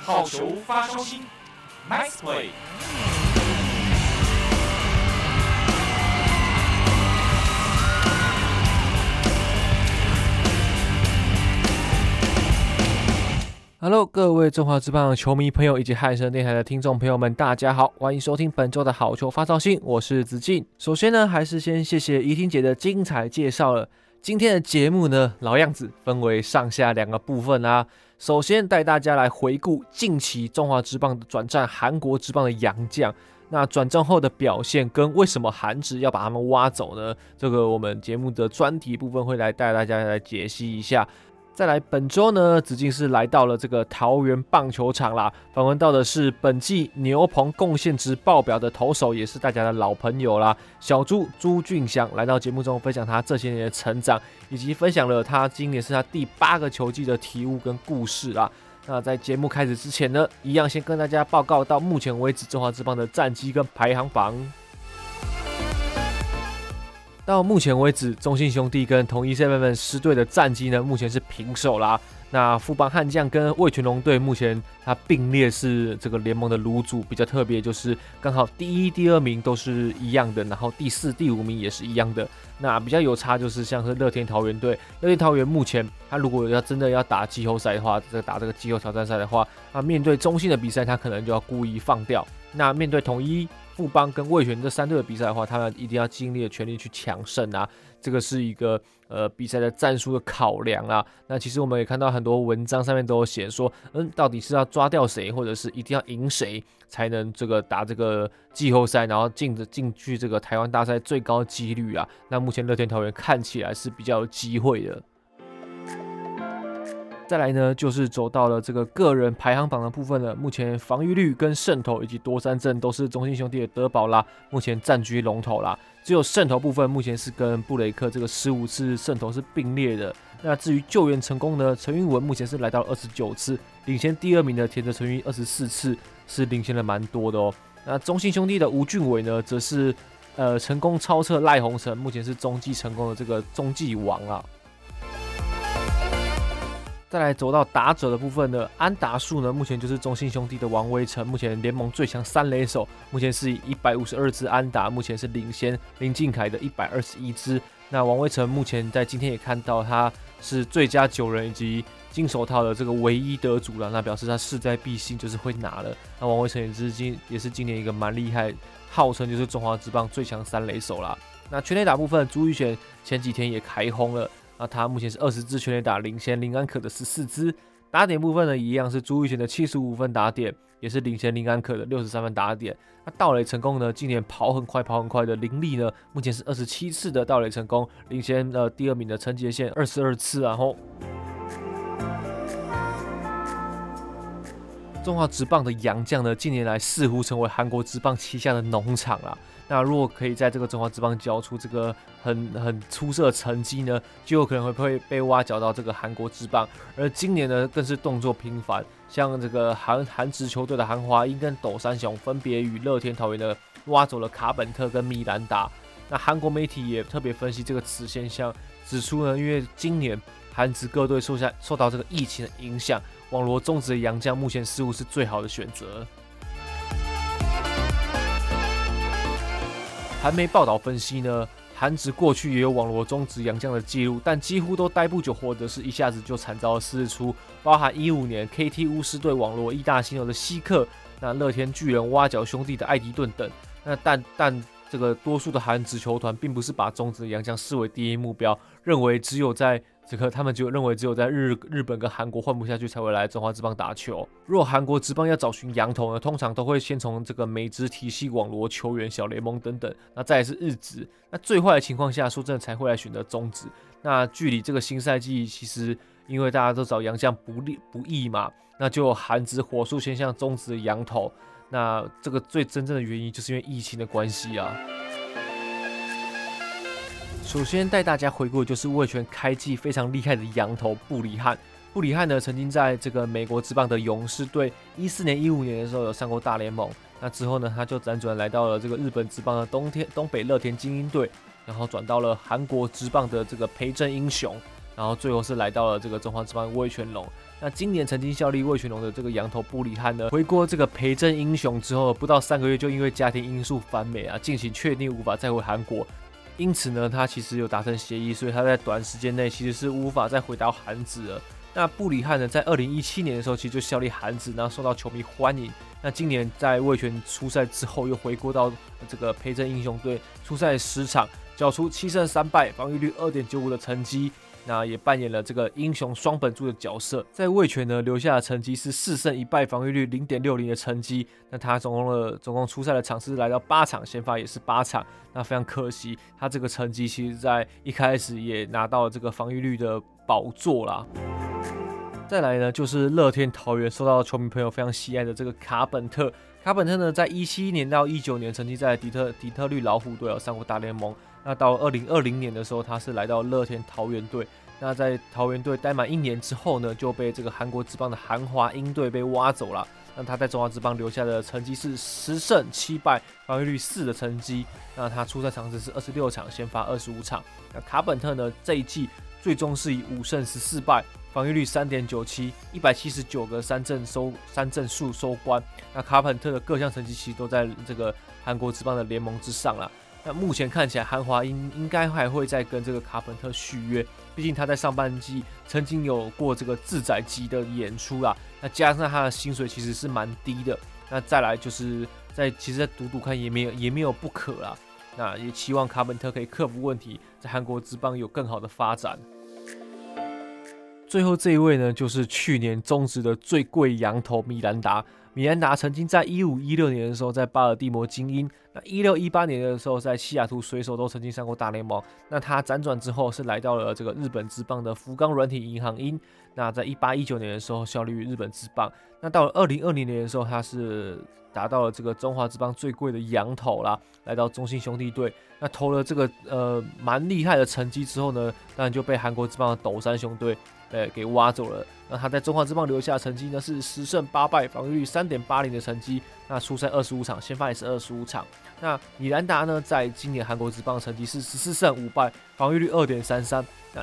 好球发烧星 ，Max Play。 Hello， 各位中华职棒球迷朋友以及汉声电台的听众朋友们，大家好，欢迎收听本周的好球发烧星，我是子敬。首先呢，还是先谢谢怡婷姐的精彩介绍了。今天的节目呢，老样子，分为上下两个部分啊。首先带大家来回顾近期中华职棒的转战韩国职棒的洋将，那转正后的表现跟为什么韩职要把他们挖走呢？这个我们节目的专题部分会来带大家来解析一下。再来，本周呢，子敬是来到了这个桃园棒球场啦，访问到的是本季牛棚贡献值爆表的投手，也是大家的老朋友啦，小朱朱俊祥来到节目中分享他这些年的成长，以及分享了他今年是他第8个球季的体悟跟故事啦。那在节目开始之前呢，一样先跟大家报告到目前为止中华职棒的战绩跟排行榜。到目前为止，中信兄弟跟统一7狮队的战绩呢，目前是平手啦。那富邦悍将跟味全龙队目前它并列是这个联盟的卤主，比较特别就是刚好第1、第2名都是一样的，然后第4、第5名也是一样的。那比较有差就是像是乐天桃园队，乐天桃园目前他如果真的要打季后赛的话，打这个季后挑战赛的话，那面对中信的比赛，他可能就要故意放掉。那面对统一、富邦跟味全这3队的比赛的话，他们一定要尽力的全力去抢胜啊，这个是一个比赛的战术的考量啊。那其实我们也看到很多文章上面都有写说，到底是要抓掉谁，或者是一定要赢谁才能这个打这个季后赛，然后进去这个台湾大赛最高几率啊。那目前乐天桃园看起来是比较有机会的。再来呢，就是走到了这个个人排行榜的部分了。目前防御率跟胜投以及夺三振都是中信兄弟的德保啦，目前占据龙头啦。只有胜投部分目前是跟布雷克这个15次胜投是并列的。那至于救援成功呢，陈韵文目前是来到了29次，领先第2名的田泽纯一24次，是领先了蛮多的哦。那中信兄弟的吴俊伟呢，则是成功超车赖鸿成，目前是中继成功的这个中继王啊。再来走到打者的部分呢，安打数呢，目前就是中信兄弟的王威成，目前联盟最强3垒手，目前是以152支安打，目前是领先林敬凯的121支。那王威成目前在今天也看到他是最佳9人以及金手套的这个唯一得主了，那表示他势在必行，就是会拿了。那王威成也是今年一个蛮厉害，号称就是中华职棒最强3垒手啦。那全垒打部分，朱玉璇前几天也开轰了。那他目前是20支全垒打，领先林安可的14支。打点部分呢，一样是朱玉璇的75分打点，也是领先林安可的63分打点。那盗垒成功呢，今年跑很快的林立呢，目前是27次的盗垒成功，领先第2名的陈杰宪22次啊吼。中华职棒的洋将呢，近年来似乎成为韩国职棒旗下的农场啦。那如果可以在这个中华职棒交出这个很出色的成绩呢，就有可能会被挖角到这个韩国职棒。而今年呢，更是动作频繁，像这个韩职球队的韩华英跟斗山雄分别与乐天桃园的挖走了卡本特跟米兰达。那韩国媒体也特别分析这个此现象，指出呢，因为今年韩职各队受到这个疫情的影响，网罗中职的洋将目前似乎是最好的选择。韩媒报道分析呢，韩职过去也有网罗中职洋将的记录，但几乎都待不久，或者是一下子就惨遭释出，包含15年 KT 巫师队网罗义大犀牛的希克，那乐天巨人挖角兄弟的艾迪顿等。那但这个多数的韩职球团并不是把中职的洋将视为第一目标，认为只有在他们就认为只有在日本跟韩国混不下去才会来中华职棒打球。如果韩国职棒要找寻洋投呢，通常都会先从这个美职体系网罗球员、小联盟等等，那再来是日职。那最坏的情况下，说真的才会来选择中职。那距离这个新赛季，其实因为大家都找洋将不易嘛，那就韩职火速先向中职的洋投。那这个最真正的原因就是因为疫情的关系啊。首先带大家回顾的就是味全开季非常厉害的洋投布里汉。布里汉呢，曾经在这个美国职棒的勇士队14年、15年的时候有上过大联盟。那之后呢，他就辗转来到了这个日本职棒的东北乐天精英队，然后转到了韩国职棒的这个培正英雄。 然后最后是来到了这个中华职棒味全龙。那今年曾经效力味全龙的这个洋投布里汉呢，回国这个陪阵英雄之后，不到3个月就因为家庭因素返美啊，近期确定无法再回韩国。因此呢，他其实有达成协议，所以他在短时间内其实是无法再回到韩职了。那布里汉呢，在2017年的时候，其实就效力韩职，然后受到球迷欢迎。那今年在味全出赛之后，又回归到这个陪阵英雄队，出赛10场，缴出7胜3败，防御率2.95的成绩。那也扮演了这个英雄双本柱的角色，在味全呢留下的成绩是4胜1败，防御率0.60的成绩。那他总共出赛的场次来到8场，先发也是8场。那非常可惜，他这个成绩其实在一开始也拿到了这个防御率的宝座啦。再来呢，就是乐天桃园受到球迷朋友非常喜爱的这个卡本特。卡本特呢，在17年到19年曾经在底特律老虎队上过大联盟。那到2020年的时候，他是来到乐天桃园队。那在桃园队待满1年之后呢，就被这个韩国职棒的韩华鹰队被挖走了。那他在中华职棒留下的成绩是10胜7败，防御率4的成绩。那他出赛场次是26场，先发25场。那卡本特呢，这一季最终是以5胜14败，防御率3.97， 179个三振数收官。那卡本特的各项成绩其实都在这个韩国职棒的联盟之上啦。那目前看起来，韩华鹰应该还会再跟这个卡本特续约，毕竟他在上半季曾经有过这个自载级的演出啦。那加上他的薪水其实是蛮低的，那再来就是其实在赌赌看也没有不可啦。那也期望卡本特可以克服问题，在韩国职棒有更好的发展。最后这一位呢，就是去年中职的最贵洋投米兰达。米兰达曾经在15-16年的时候在巴尔的摩精英，那16-18年的时候在西雅图水手都曾经上过大联盟。那他辗转之后是来到了这个日本职棒的福冈软体银行鹰。那在18-19年的时候效力于日本职棒。那到了2020年的时候，他是达到了这个中华职棒最贵的洋投啦，来到中信兄弟队。那投了这个蛮厉害的成绩之后呢，当然就被韩国职棒的斗山兄队给挖走了。那他在中华职棒留下的成绩呢是10胜8败，防御率3.80的成绩。那出赛25场，先发也是25场。那米兰达呢，在今年韩国职棒的成绩是14胜5败，防御率2.33。那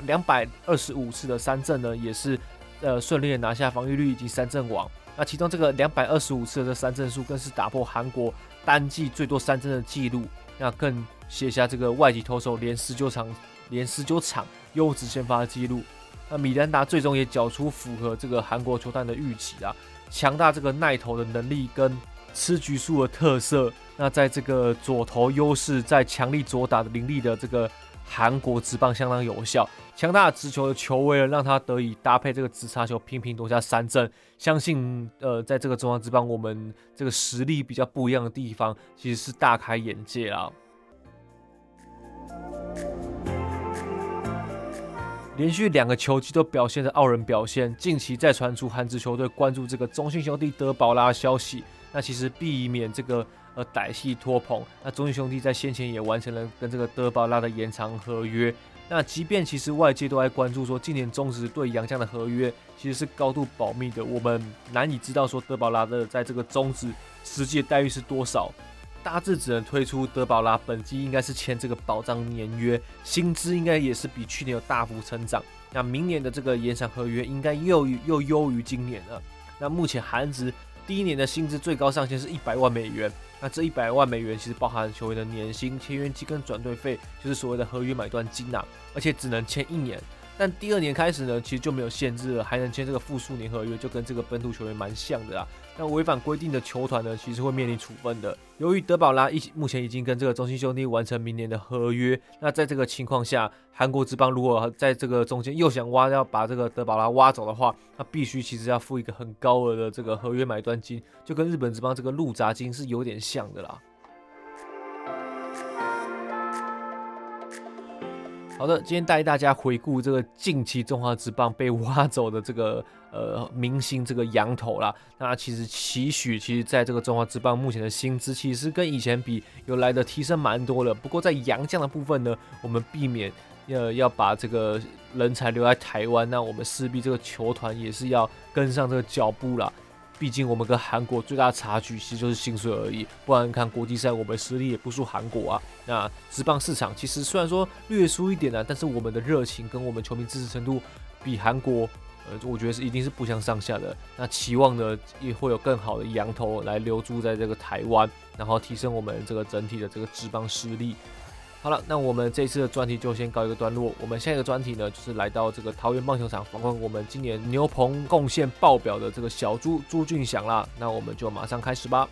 225次的三振呢，也是顺利的拿下防御率以及三振王。那其中这个225次的三振数更是打破韩国单季最多三振的纪录，那更写下这个外籍投手连19场优质先发的纪录。那米兰达最终也缴出符合这个韩国球探的预期啊，强大这个耐投的能力跟吃局数的特色。那在这个左投优势，在强力左打的凌厉的这个韩国职棒相当有效，强大的直球的球威让他得以搭配这个直插球频频夺下三振。相信在这个中华职棒我们这个实力比较不一样的地方，其实是大开眼界啦。连续2个球季都表现的傲人表现，近期再传出韩职球队关注这个中信兄弟德保拉的消息，那其实避免这个歹戏拖棚。那中信兄弟在先前也完成了跟这个德保拉的延长合约。那即便其实外界都在关注说今年中职对洋将的合约其实是高度保密的，我们难以知道说德保拉的在这个中职实际的待遇是多少。大致只能推出德保拉本季应该是签这个保障年约，薪资应该也是比去年有大幅成长。那明年的这个延长合约应该又优于今年了。那目前韩职第1年的薪资最高上限是$100万，那这$100万其实包含球员的年薪、签约金跟转队费，就是所谓的合约买断金啊，而且只能签1年。但第2年开始呢，其实就没有限制了，还能签这个复数年合约，就跟这个本土球员蛮像的啦。那违反规定的球团呢，其实会面临处分的。由于德保拉目前已经跟这个中信兄弟完成明年的合约，那在这个情况下，韩国职棒如果在这个中间又想要把这个德保拉挖走的话，那必须其实要付一个很高额的这个合约买断金，就跟日本职棒这个入闸金是有点像的啦。好的，今天带大家回顾这个近期中华职棒被挖走的这个明星这个洋投啦。那其实在这个中华职棒目前的薪资其实跟以前比有来的提升蛮多了。不过在洋将的部分呢，我们避免要把这个人才留在台湾，那我们势必这个球团也是要跟上这个脚步啦。 毕竟我们跟韩国最大的差距其实就是薪水而已，不然看国际赛我们实力也不输韩国啊。那职棒市场其实虽然说略输一点啊，但是我们的热情跟我们球迷支持程度比韩国我觉得一定是不相上下的。那期望呢也会有更好的洋投来留住在这个台湾，然后提升我们这个整体的这个职棒实力。好了，那我们这次的专题就先告一个段落。我们下一个专题呢，就是来到这个桃园棒球场访问我们今年牛棚贡献爆表的这个小朱俊祥啦。那我们就马上开始吧。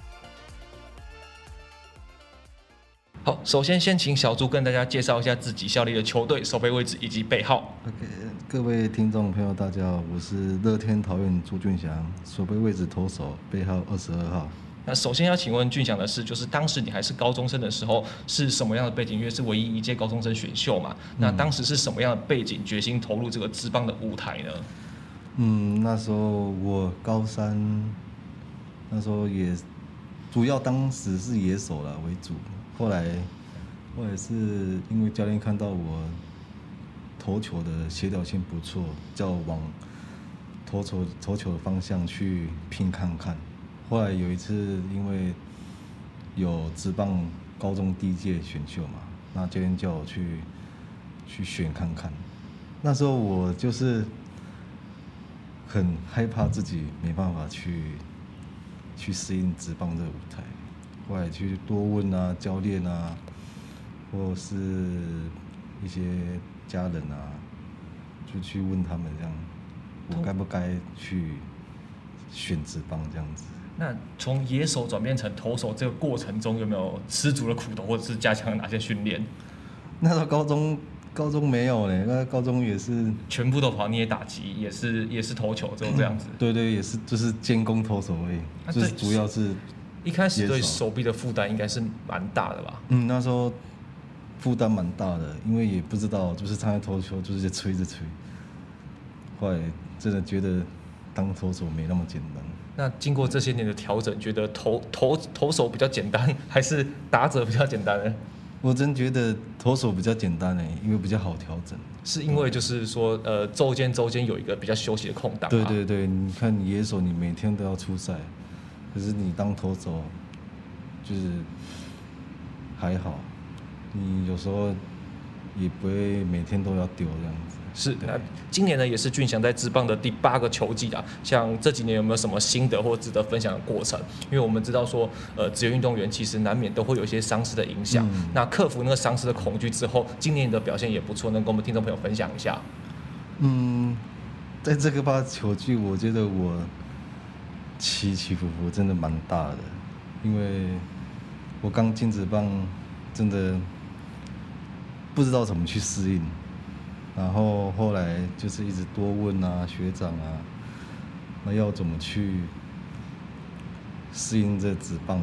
好，首先先请小朱跟大家介绍一下自己效力的球队、守备位置以及背号。 OK， 各位听众朋友，大家好，我是乐天桃园朱俊祥，守备位置投手，背号22号。 那首先要请问俊祥的是，就是当时你还是高中生的时候，是什么样的背景？因为是唯一一届高中生选秀嘛。那当时是什么样的背景，决心投入这个职棒的舞台呢？ 那时候我高三，那时候也主要当时是野手啦为主，后来是因为教练看到我投球的协调性不错，叫我往投球的方向去拼看看。后来有一次，因为有职棒高中第一届选秀嘛，那教练叫我去选看看。那时候我就是很害怕自己没办法去适应职棒这个舞台，后来去多问啊教练啊，或是一些家人啊，就去问他们这样，我该不该去选职棒这样子。 那从野手转变成投手这个过程中，有没有吃足了苦头，或者是加强了哪些训练？ 那时候高中没有嘞，那高中也是全部都跑，你也打击，也是投球，只有这样子。 对，也是就是兼攻投手而已，就是主要是一开始对手臂的负担应该是蛮大的吧？ 那时候负担蛮大的，因为也不知道，就是常常投球就是吹着吹，后来真的觉得当投手没那么简单。 那经过这些年的调整，觉得投手比较简单，还是打者比较简单呢？ 我真觉得投手比较简单因为比较好调整。 是因为就是说，周间有一个比较休息的空档。 对，你看野手，你每天都要出赛，可是你当投手就是还好，你有时候也不会每天都要丢这样子。 是，那今年呢也是俊祥在职棒的第8个球季啊。像这几年有没有什么心得或值得分享的过程？因为我们知道说，职业运动员其实难免都会有一些伤势的影响。那克服那个伤势的恐惧之后，今年的表现也不错，能跟我们听众朋友分享一下？ 在这个8球季，我觉得我起伏真的蛮大的，因为我刚进职棒，真的不知道怎么去适应。然后后来就是一直多问啊学长啊，那要怎么去适应这职棒？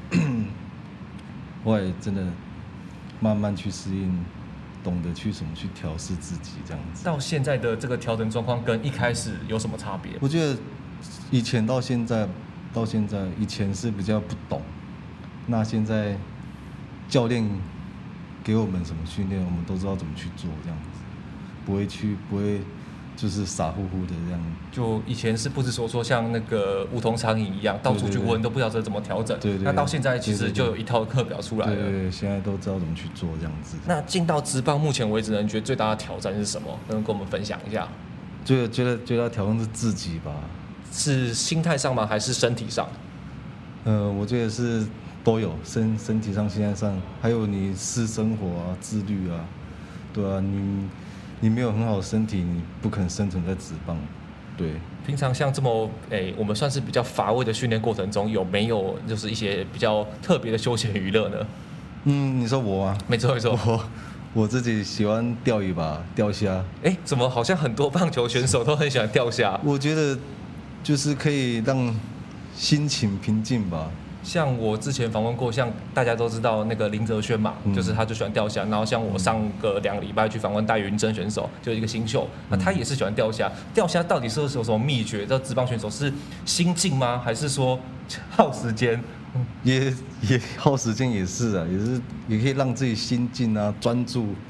后来真的慢慢去适应，懂得去怎么去调试自己这样子。 到现在的这个调整状况跟一开始有什么差别？ 我觉得以前到现在，以前是比较不懂，那现在教练给我们什么训练，我们都知道怎么去做这样子。不会就是傻乎乎的这样。 就以前是不是说像那个梧桐苍蝇一样，到处去问都不晓得怎么调整。 对。 那到现在其实就有一套课表出来了。 对，现在都知道怎么去做这样子。 那进到职棒目前为止呢，你觉得最大的挑战是什么？能跟我们分享一下？ 觉得挑战是自己吧。 是心态上吗？还是身体上？ 我觉得是都有，身体上、心态上，还有你私生活啊、自律啊，对啊，你没有很好的身体，你不可能生存在职棒。对， 平常像这么我们算是比较乏味的训练过程中，有没有就是一些比较特别的休闲娱乐呢？ 你说我吗？ 没错。 我自己喜欢钓鱼吧，钓虾。 怎么好像很多棒球选手都很喜欢钓虾？ 我觉得就是可以让心情平静吧。 像我之前访问过，像大家都知道那个林哲轩嘛，就是他就喜欢钓虾。然后像我上个2个礼拜去访问戴云珍选手，就是一个新秀，那他也是喜欢钓虾。钓虾到底是有什么秘诀？这职棒选手是心境吗？还是说耗时间？ 也耗时间也是啊，也可以让自己心静啊，专注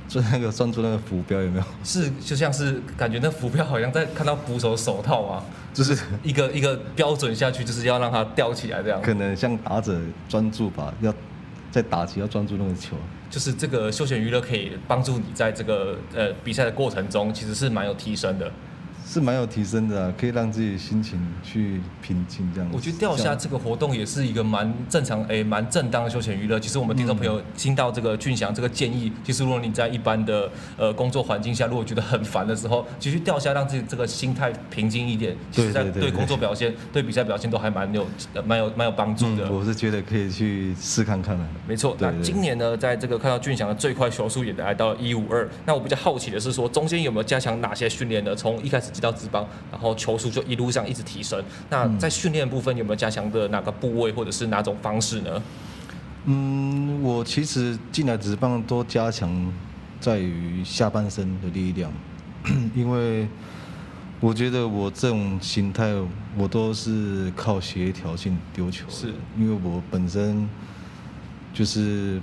专注那个浮标有没有？ 是就像是感觉那浮标好像在看到捕手手套啊，就是一个标准下去，就是要让它吊起来这样。 可能像打者专注吧，要在打击要专注那个球。 就是这个休闲娱乐可以帮助你在这个比赛的过程中，其实是蛮有提升的。 是蛮有提升的啊，可以让自己心情去平静这样子。 我觉得钓虾这个活动也是一个蛮正常、蛮正当的休闲娱乐。其实我们听众朋友听到这个俊祥这个建议，其实如果你在一般的工作环境下，如果觉得很烦的时候，其实钓虾让自己这个心态平静一点，其实在对工作表现、对比赛表现都还蛮有帮助的。 我是觉得可以去试看看的。 没错，那今年呢，在这个看到俊祥的最快球速也来到了152。那我比较好奇的是说，中间有没有加强哪些训练呢？从一开始到职棒，然后球速就一路上一直提升。那在训练部分有没有加强的哪个部位，或者是哪种方式呢？ 我其实进来职棒都加强在于下半身的力量，因为我觉得我这种形态，我都是靠协调性丢球，是因为我本身就是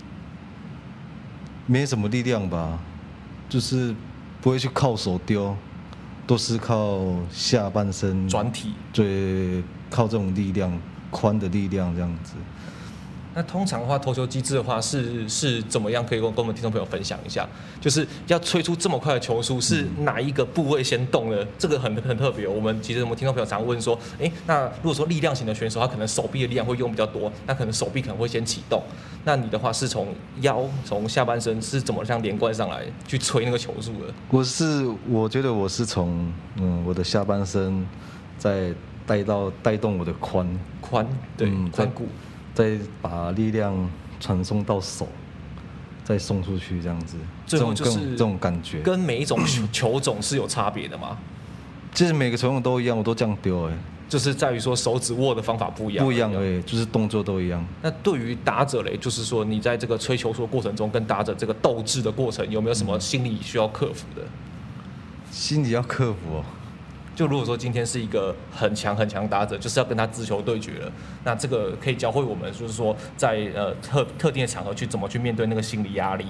没什么力量吧，就是不会去靠手丢。都是靠下半身转体， 对，靠这种力量，髋的力量这样子。 那通常的话，投球机制的话是怎么样？可以跟我们听众朋友分享一下，就是要吹出这么快的球速，是哪一个部位先动呢？这个很特别。我们听众朋友常问说，那如果说力量型的选手，他可能手臂的力量会用比较多，那可能手臂可能会先启动。那你的话是从腰、从下半身是怎么样连贯上来去吹那个球速的？ 我觉得我是从我的下半身再带动我的髋， 对，髋骨。 再把力量传送到手，再送出去，这样子， 最后就是这种感觉， 跟每一种球种是有差别的吗？ 其实每个球种都一样，我都这样丢， 就是在于说手指握的方法不一样， 就是动作都一样。 那对于打者嘞，就是说你在这个吹球速的过程中，跟打者这个斗智的过程，有没有什么心理需要克服的？ 心理要克服哦。 就如果说今天是一个很强打者，就是要跟他直球对决了，那这个可以教会我们，就是说在特定的场合去怎么去面对那个心理压力。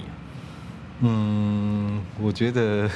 我觉得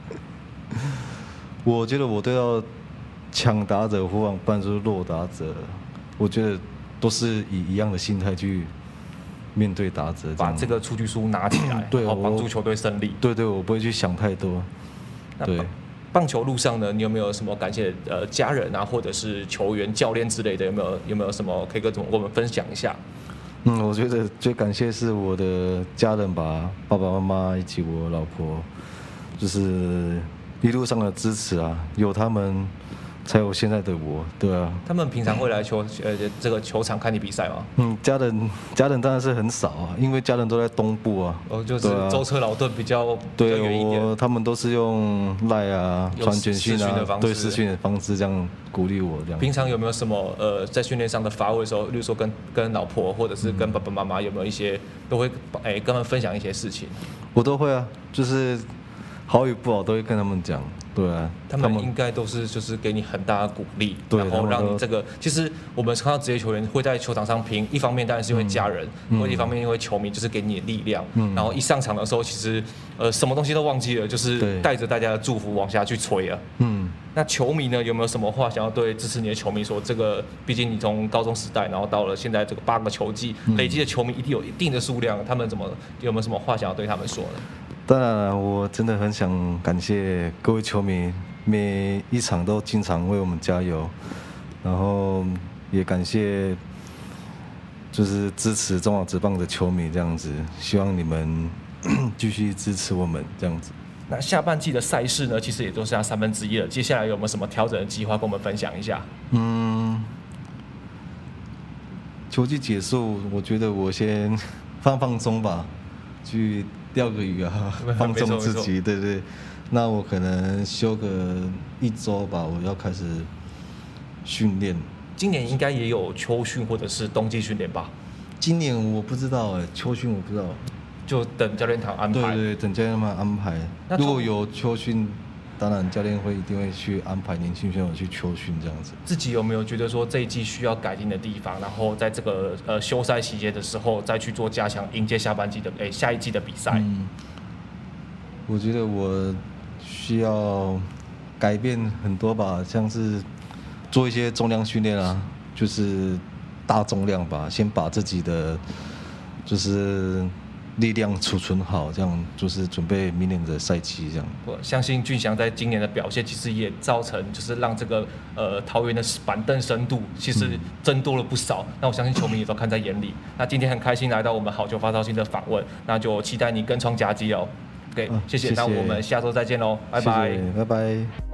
我都要强打者或不然就是弱打者，我觉得都是以一样的心态去面对打者， 把这个出局数拿起来， 对， 然后帮助球队胜利。 对，我不会去想太多。对。 棒球路上呢，你有没有什么感谢家人啊，或者是球员、教练之类的？有没有什么可以跟我们分享一下？ 我觉得最感谢是我的家人吧，爸爸妈妈以及我老婆，就是一路上的支持啊，有他们才有现在的我，对啊。 他们平常会来这个球场看你比赛吗？ 家人当然是很少啊，因为家人都在东部啊。 就是舟车劳顿比较远一点。 他们都是用LINE啊、传简讯啊，对视讯的方式这样鼓励我这样。 平常有没有什么在训练上的发挥的时候，例如说跟老婆或者是跟爸爸妈妈有没有一些都会跟他们分享一些事情？ 我都会啊，就是好与不好都会跟他们讲。对啊， 他们应该都是就是给你很大的鼓励，然后让你这个，其实我们看到职业球员会在球场上拼，一方面当然是因为家人，或一方面因为球迷就是给你的力量，然后一上场的时候，其实什么东西都忘记了，就是带着大家的祝福往下去吹啊。那球迷呢，有没有什么话想要对支持你的球迷说？这个毕竟你从高中时代，然后到了现在这个8个球季，累积的球迷一定有一定的数量，他们有没有什么话想要对他们说呢？ 当然了，我真的很想感谢各位球迷，每一场都经常为我们加油，然后也感谢就是支持中华职棒的球迷这样子，希望你们继续支持我们这样子。 那下半季的赛事呢，其实也都剩下1/3了，接下来有没有什么调整的计划跟我们分享一下？ 球季结束，我觉得我先放松吧，去钓个鱼啊，放纵自己，对。那我可能休个1周吧，我要开始训练。 今年应该也有秋训或者是冬季训练吧？ 今年我不知道秋训我不知道， 就等教练团安排。 对，等教练团安排。如果有秋训，当然教练一定会去安排年轻选手去秋训这样子。 自己有没有觉得说这一季需要改进的地方，然后在这个休赛期间的时候再去做加强，迎接下一季的比赛？ 我觉得我需要改变很多吧，像是做一些重量训练啊，就是大重量吧，先把自己的就是力量储存好，这样就是准备明年的赛期这样。 我相信俊祥在今年的表现，其实也造成就是让这个桃园的板凳深度其实增多了不少。那我相信球迷也都看在眼里。那今天很开心来到我们好球发烧星的访问，那就期待你跟创夹击哦。OK，谢谢。那我们下周再见喽，拜拜， 拜拜。